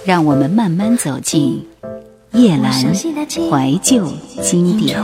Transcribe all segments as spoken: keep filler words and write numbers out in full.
让我们慢慢走进夜阑怀旧经典。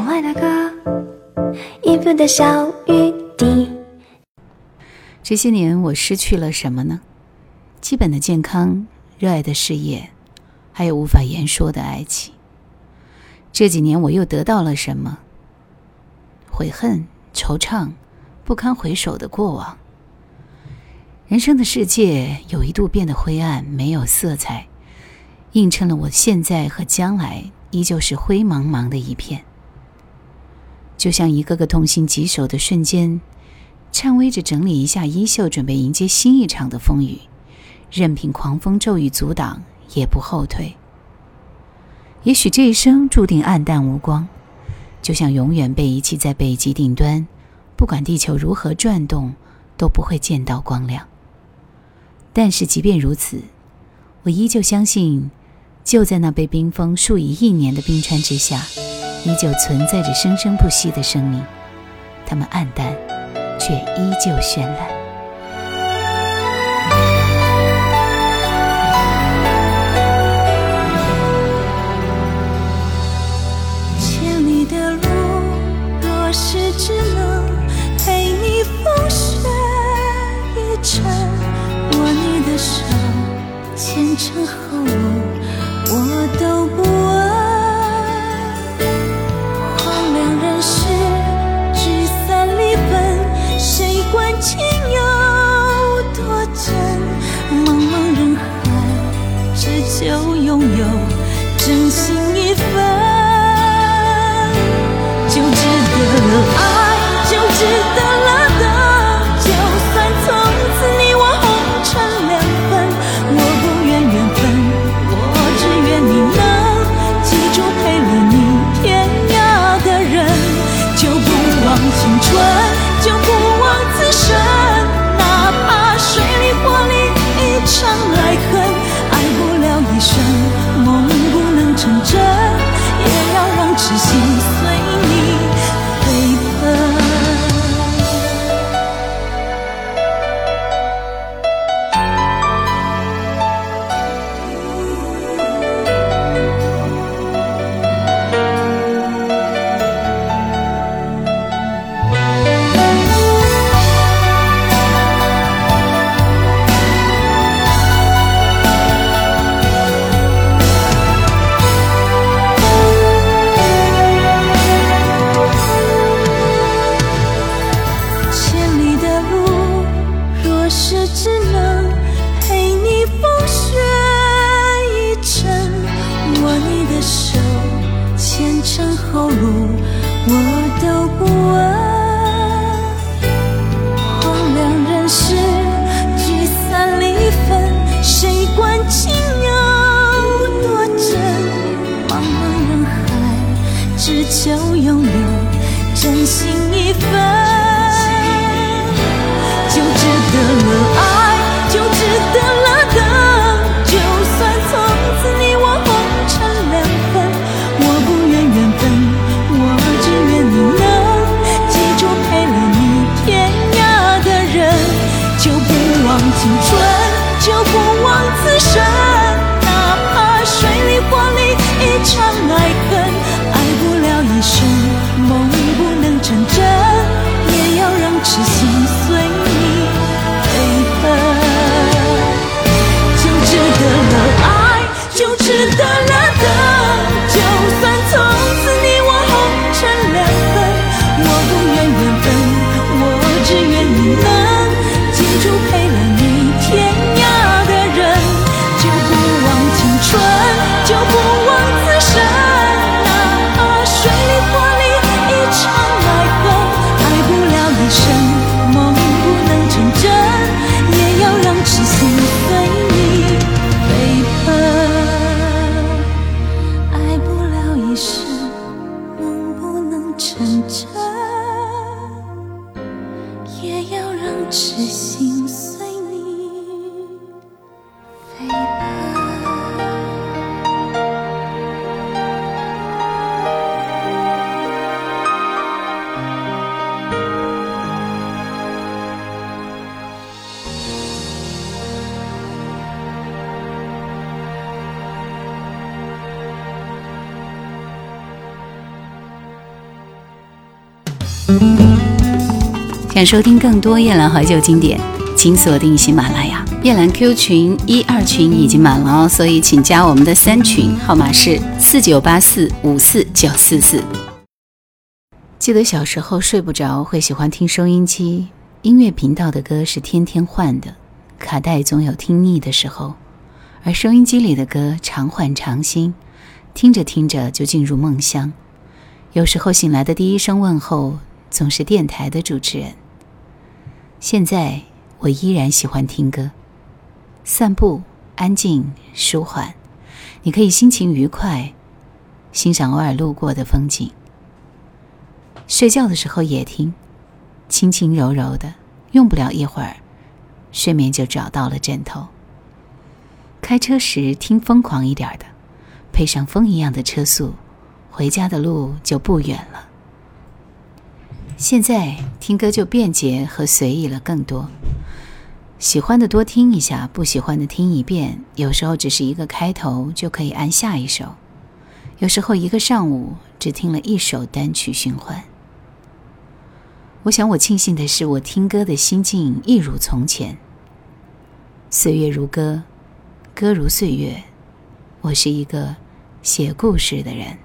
这些年我失去了什么呢？基本的健康，热爱的事业，还有无法言说的爱情。这几年我又得到了什么？悔恨、惆怅，不堪回首的过往。人生的世界有一度变得灰暗，没有色彩，映衬了我现在和将来依旧是灰茫茫的一片。就像一个个痛心疾首的瞬间，颤巍着整理一下衣袖，准备迎接新一场的风雨，任凭狂风骤雨阻挡，也不后退。也许这一生注定暗淡无光，就像永远被遗弃在北极顶端，不管地球如何转动，都不会见到光亮。但是即便如此，我依旧相信，就在那被冰封数以亿年的冰川之下，依旧存在着生生不息的生命，它们暗淡却依旧绚烂。 千里的路，若是只能陪你风雪一程，握你的手前尘后路我都不问。荒凉人世，聚散离分，谁管情有多真？茫茫人海，只求拥有真心一份。就值得了爱，就值得了等，就算从此你我红尘两分，我不愿缘分想收听更多夜兰怀旧经典，请锁定喜马拉雅。夜兰 Q 群一二群已经满了哦，所以请加我们的三群，号码是四九八四五四九四四。记得小时候睡不着，会喜欢听收音机，音乐频道的歌是天天换的，卡带总有听腻的时候，而收音机里的歌常换常新，听着听着就进入梦乡。有时候醒来的第一声问候总是电台的主持人。现在我依然喜欢听歌，散步安静舒缓，你可以心情愉快，欣赏偶尔路过的风景。睡觉的时候也听，轻轻柔柔的，用不了一会儿，睡眠就找到了枕头。开车时听疯狂一点的，配上风一样的车速，回家的路就不远了。现在听歌就便捷和随意了更多，喜欢的多听一下，不喜欢的听一遍，有时候只是一个开头就可以按下一首，有时候一个上午只听了一首单曲循环。我想我庆幸的是，我听歌的心境一如从前，岁月如歌，歌如岁月，我是一个写故事的人。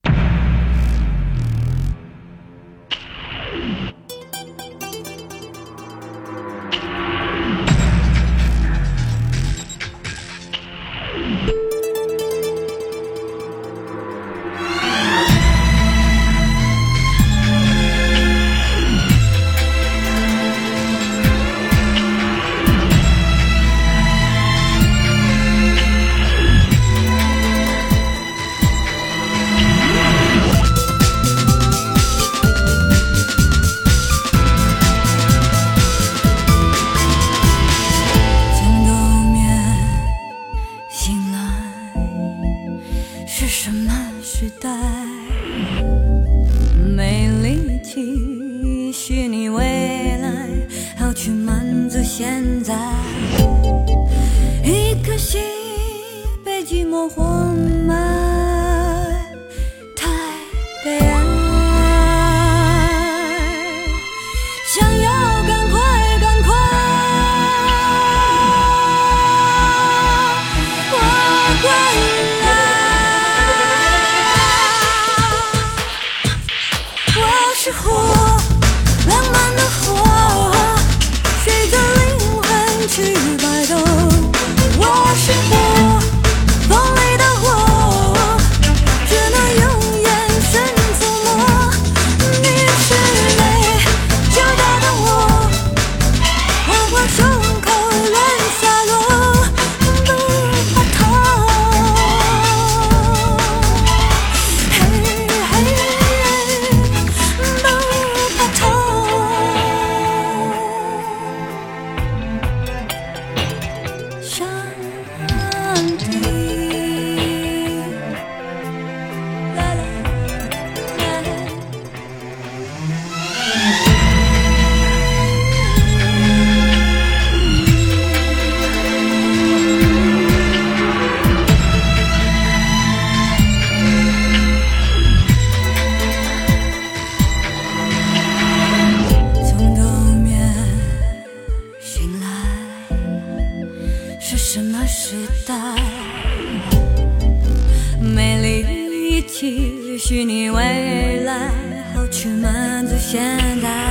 许你未来，好去满足现在。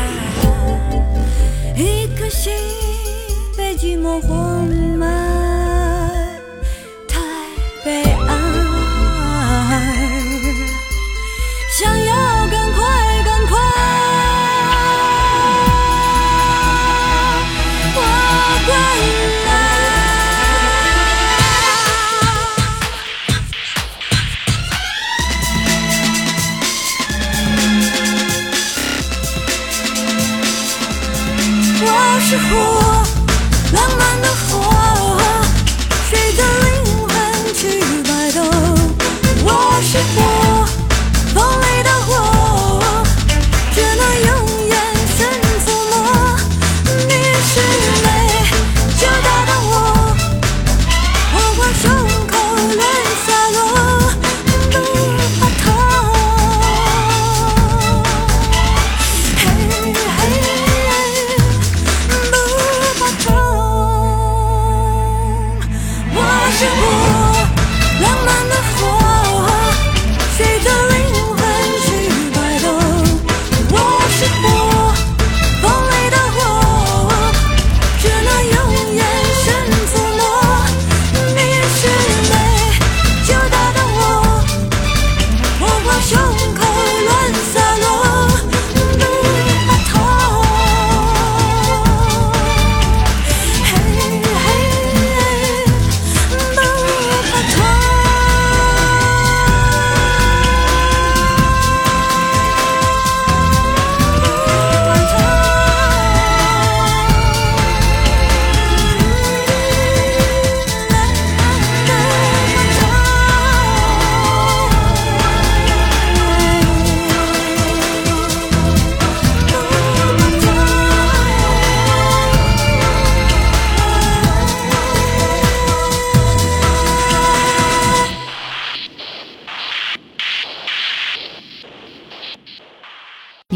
一颗心被寂寞活埋，太悲哀。想要赶快赶快活过来。我是火，浪漫的火，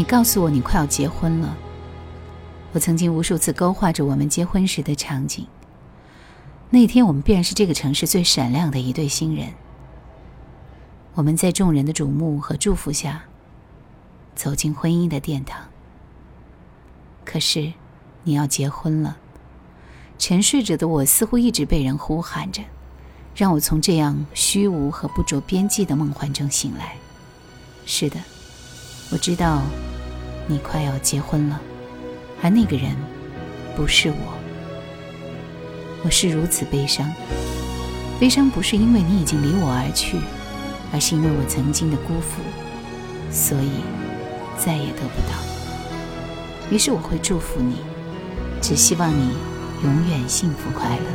你告诉我你快要结婚了。我曾经无数次勾画着我们结婚时的场景，那天我们必然是这个城市最闪亮的一对新人。我们在众人的瞩目和祝福下走进婚姻的殿堂。可是你要结婚了，沉睡着的我似乎一直被人呼喊着，让我从这样虚无和不着边际的梦幻中醒来。是的，我知道你快要结婚了，而那个人不是我。我是如此悲伤，悲伤不是因为你已经离我而去，而是因为我曾经的辜负，所以再也得不到。于是我会祝福你，只希望你永远幸福快乐。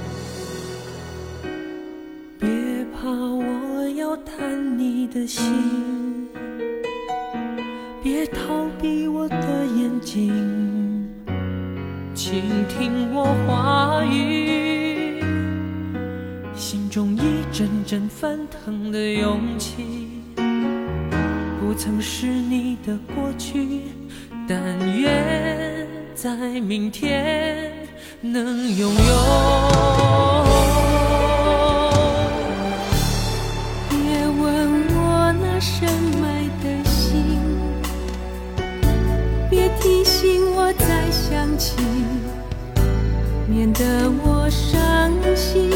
别怕，我要探你的心，别逃避我的眼睛，倾听我话语，心中一阵阵翻腾的勇气，不曾是你的过去，但愿在明天能拥有。别问我那深埋的心，别提醒我再想起，免得我伤心。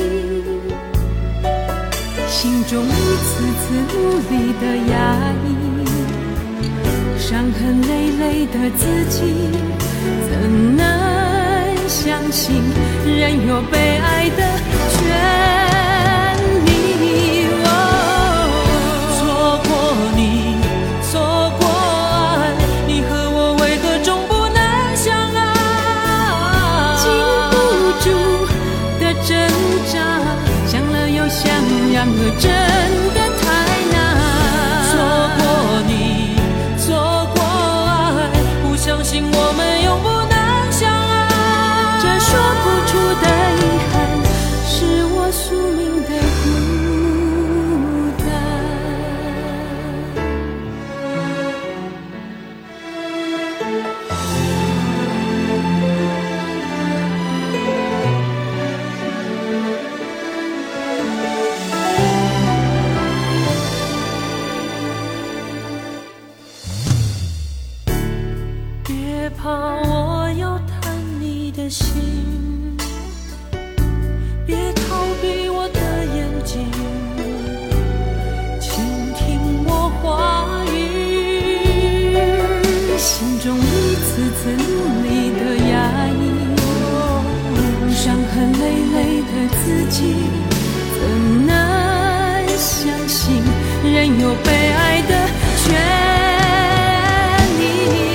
心中一次次努力的压抑，伤痕累累的自己，怎能相信人有被爱的权利？哦，错过你，错过爱，你和我为何终不能相爱？禁不住的挣扎，想了又想，然而真的太难。错过你，错过爱，不相信我们永不能相爱。这说不出的遗憾，是我宿命的孤单。别怕，我要探你的心，别逃避我的眼睛，倾听我话语，心中一次次努力的压抑，伤痕累累的自己，怎能相信人有被爱的权利？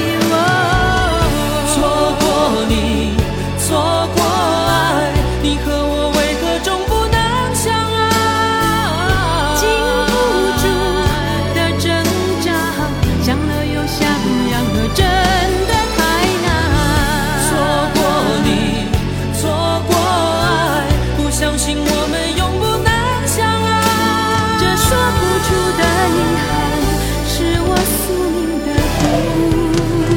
你错过爱，你和我为何终不能相爱？禁不住的挣扎，想了又想，然而真的太难。错过你，错过爱，不相信我们永不能相爱。这说不出的遗憾，是我宿命的孤单。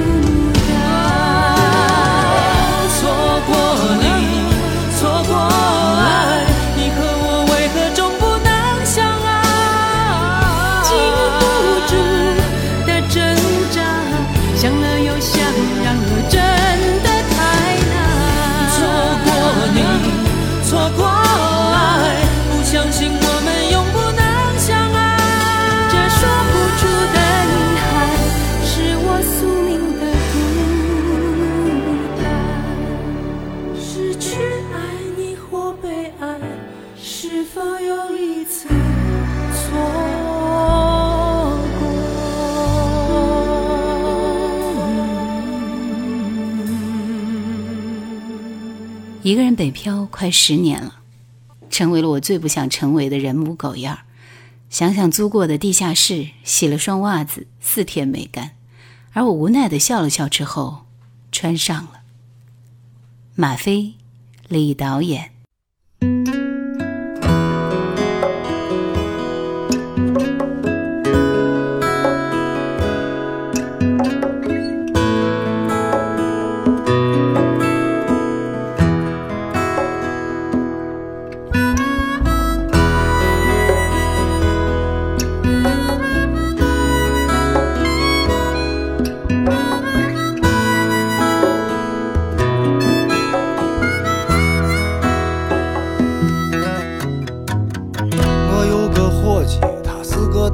一个人北漂快十年了，成为了我最不想成为的人模狗样。想想租过的地下室，洗了双袜子，四天没干，而我无奈地笑了笑之后，穿上了。马飞，李导演。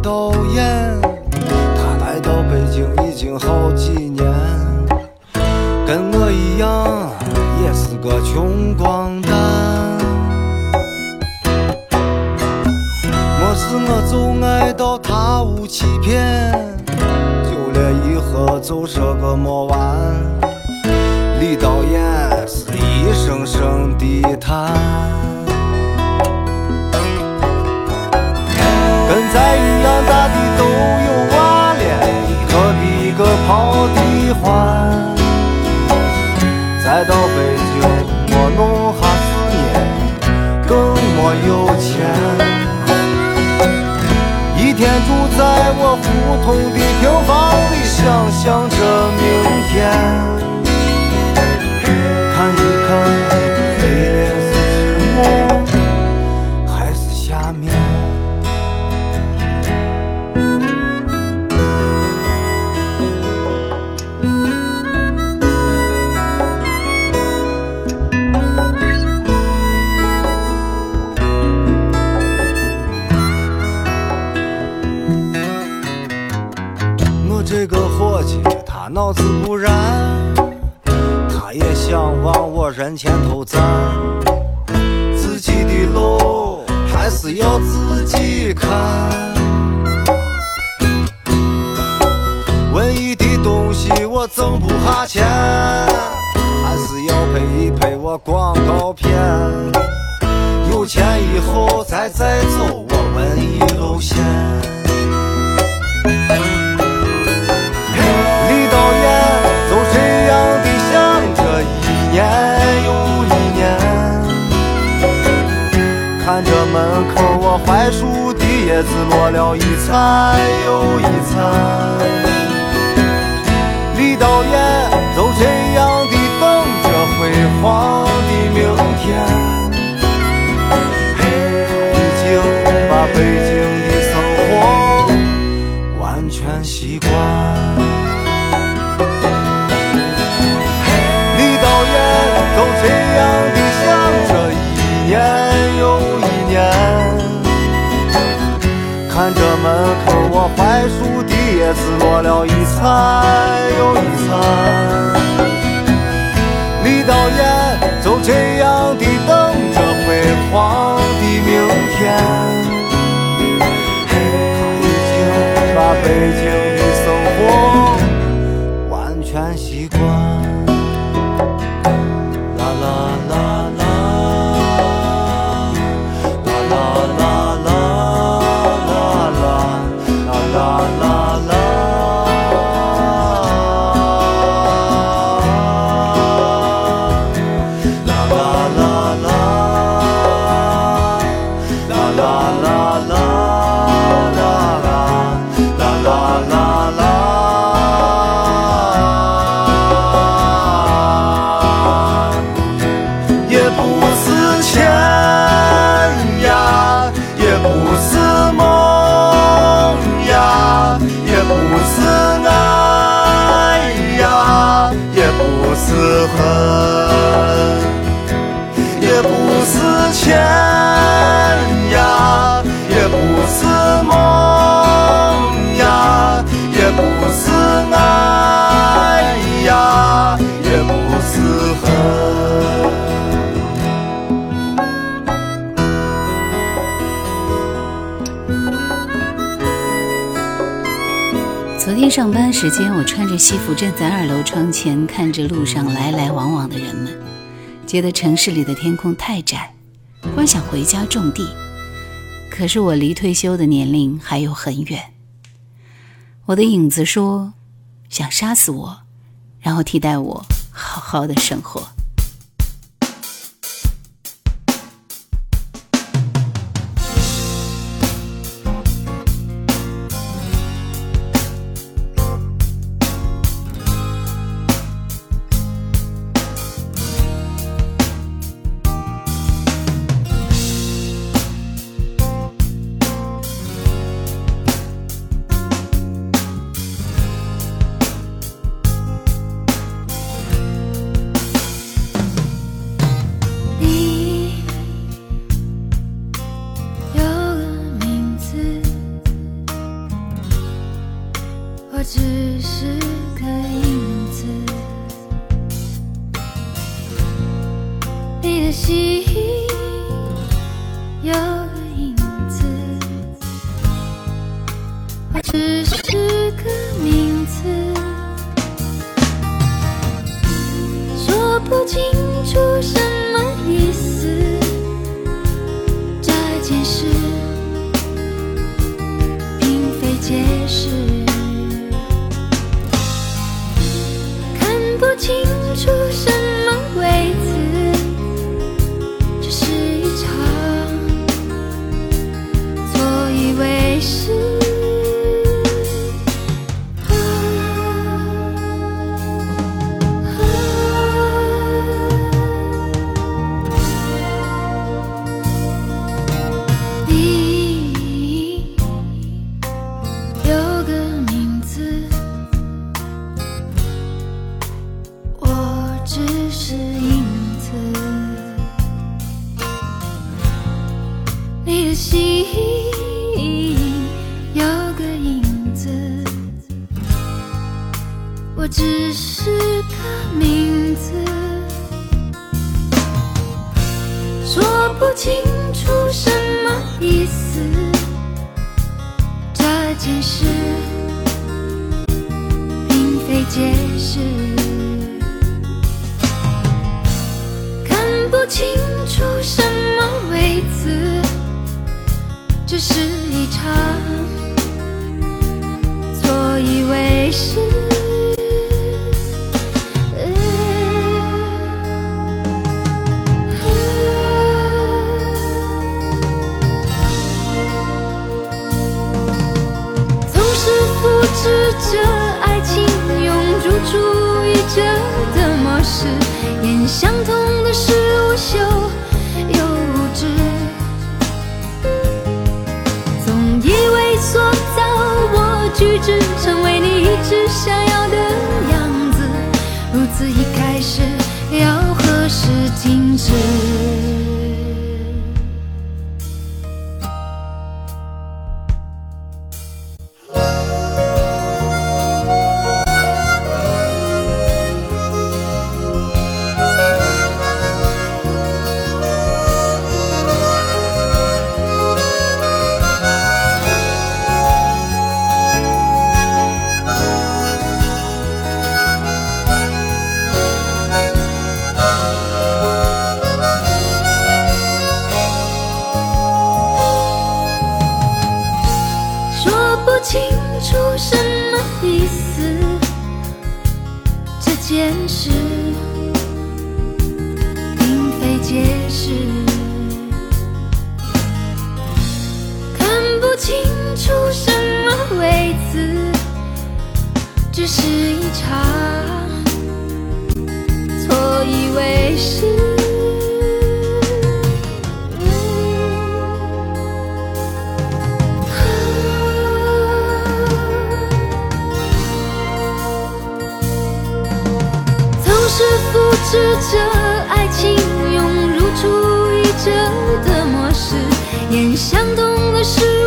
导演，他来到北京已经好几年，跟我一样也是个穷光蛋。莫是我就爱到他无欺骗，就连以后就是个没完。李导演是一声声地叹，跟咱一样大的都有娃了，何必个跑的欢？再到北京我弄哈四年，更没有钱。一天住在我胡同的平房里，想象着明天。看一看黑脸是赤木还是下面。我这个伙计他脑子不然，他也想往我人前头站，自己的路还是要自己看。文艺的东西我挣不下钱，还是要陪一陪我广告片。有钱以后再再走我文艺路线。李导演就这样的想着一年又一年，看着门口我槐树的叶子落了一餐又一餐。李导演就这样的等着辉煌的明天，已经把北京的生活完全习惯。李导演就这样的想着一年又一年，看着门口我槐树的叶子落了一餐又一餐。李导演就这样的等着辉煌的明天，他已经把北京的生活完全习惯。啦啦啦啦啦啦啦啦啦啦啦啦啦。也不是钱呀，也不是梦呀，也不是爱呀，也不是恨。 昨天上班时间，我穿着西服站在二楼窗前，看着路上来来往往的人们，觉得城市里的天空太窄，忽然想回家种地。可是我离退休的年龄还有很远。我的影子说想杀死我，然后替代我好好的生活。 只是个影子，你的心有个影子，我只是个名字，说不清楚什么意思，这件事并非解释，看不清楚什么位置，这是一场错以为是。你有个名字，我只是影子，你的心有个影子，我只是个名字，说不清楚什么意思，这件事并非解释，看不清楚什么位置，这是一场错以为是。复制着爱情永驻主义者的模式，演相同的事无休又无知，总以为塑造我举止成为你一直想要的样子，如此一开始要何时停止？不清楚什么意思，这件事并非解释，看不清楚什么位置，只是一场错以为是。是复制着爱情涌入主义者的模式，演相同的事